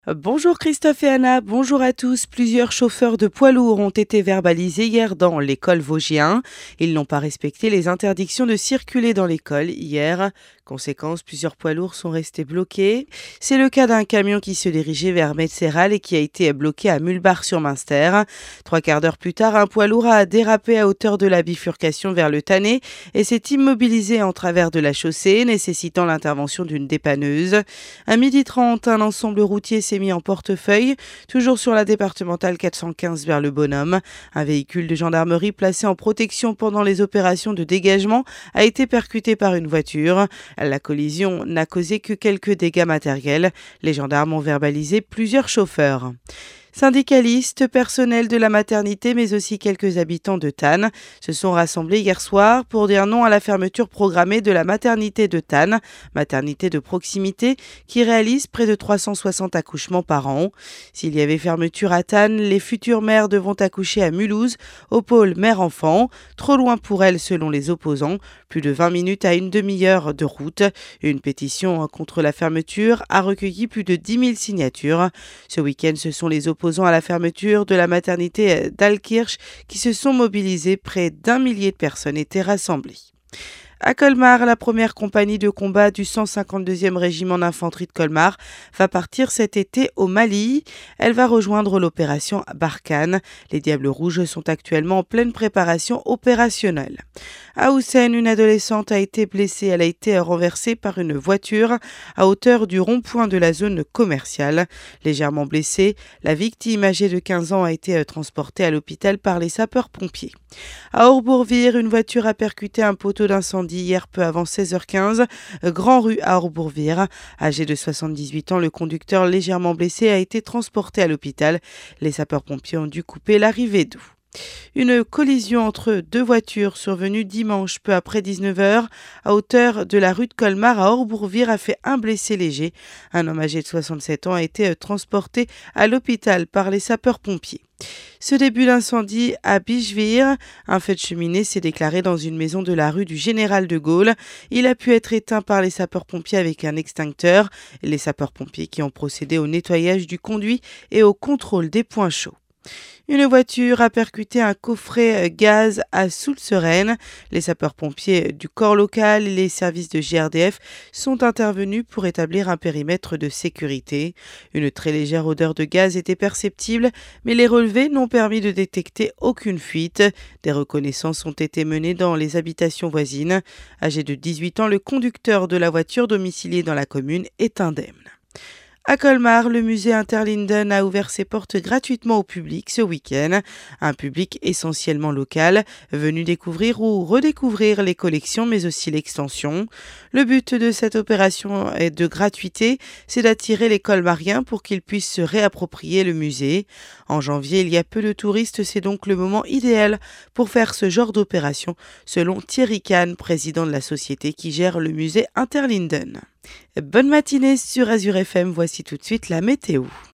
Bonjour Christophe et Anna, bonjour à tous. Plusieurs chauffeurs de poids lourds ont été verbalisés hier dans l'école Vosgien. Ils n'ont pas respecté les interdictions de circuler dans l'école hier. Conséquence, plusieurs poids lourds sont restés bloqués. C'est le cas d'un camion qui se dirigeait vers Metzeral et qui a été bloqué à Mulbach-sur-Münster. 3/4 d'heure plus tard, un poids lourd a dérapé à hauteur de la bifurcation vers le Tannet et s'est immobilisé en travers de la chaussée, nécessitant l'intervention d'une dépanneuse. À 12h30, un ensemble routier s'est mis en portefeuille, toujours sur la départementale 415 vers le Bonhomme. Un véhicule de gendarmerie placé en protection pendant les opérations de dégagement a été percuté par une voiture. La collision n'a causé que quelques dégâts matériels. Les gendarmes ont verbalisé plusieurs chauffeurs. Syndicalistes, personnels de la maternité, mais aussi quelques habitants de Thann se sont rassemblés hier soir pour dire non à la fermeture programmée de la maternité de Thann, maternité de proximité qui réalise près de 360 accouchements par an. S'il y avait fermeture à Thann, les futures mères devront accoucher à Mulhouse, au pôle mère-enfant, trop loin pour elles selon les opposants, plus de 20 minutes à une demi-heure de route. Une pétition contre la fermeture a recueilli plus de 10 000 signatures. Ce week-end, ce sont les opposants à la fermeture de la maternité d'Alkirch qui se sont mobilisés. Près d'1 millier de personnes étaient rassemblées. À Colmar, la première compagnie de combat du 152e régiment d'infanterie de Colmar va partir cet été au Mali. Elle va rejoindre l'opération Barkhane. Les Diables Rouges sont actuellement en pleine préparation opérationnelle. À Houssen, une adolescente a été blessée. Elle a été renversée par une voiture à hauteur du rond-point de la zone commerciale. Légèrement blessée, la victime âgée de 15 ans a été transportée à l'hôpital par les sapeurs-pompiers. À Orbourvire, une voiture a percuté un poteau d'incendie hier peu avant 16h15, Grand Rue à Orbourvire. Âgé de 78 ans, le conducteur légèrement blessé a été transporté à l'hôpital. Les sapeurs-pompiers ont dû couper l'arrivée d'eau. Une collision entre deux voitures survenue dimanche peu après 19h à hauteur de la rue de Colmar à Orbourvire a fait un blessé léger. Un homme âgé de 67 ans a été transporté à l'hôpital par les sapeurs-pompiers. Ce début d'incendie à Bischweiler, un feu de cheminée s'est déclaré dans une maison de la rue du Général de Gaulle. Il a pu être éteint par les sapeurs-pompiers avec un extincteur. Les sapeurs-pompiers qui ont procédé au nettoyage du conduit et au contrôle des points chauds. Une voiture a percuté un coffret gaz à Soultzeren. Les sapeurs-pompiers du corps local et les services de GRDF sont intervenus pour établir un périmètre de sécurité. Une très légère odeur de gaz était perceptible, mais les relevés n'ont permis de détecter aucune fuite. Des reconnaissances ont été menées dans les habitations voisines. Âgé de 18 ans, le conducteur de la voiture domiciliée dans la commune est indemne. À Colmar, le musée Interlinden a ouvert ses portes gratuitement au public ce week-end. Un public essentiellement local, venu découvrir ou redécouvrir les collections mais aussi l'extension. Le but de cette opération est de gratuité, c'est d'attirer les Colmariens pour qu'ils puissent se réapproprier le musée. En janvier, il y a peu de touristes, c'est donc le moment idéal pour faire ce genre d'opération, selon Thierry Kahn, président de la société qui gère le musée Interlinden. Bonne matinée sur Azure FM, voici tout de suite la météo.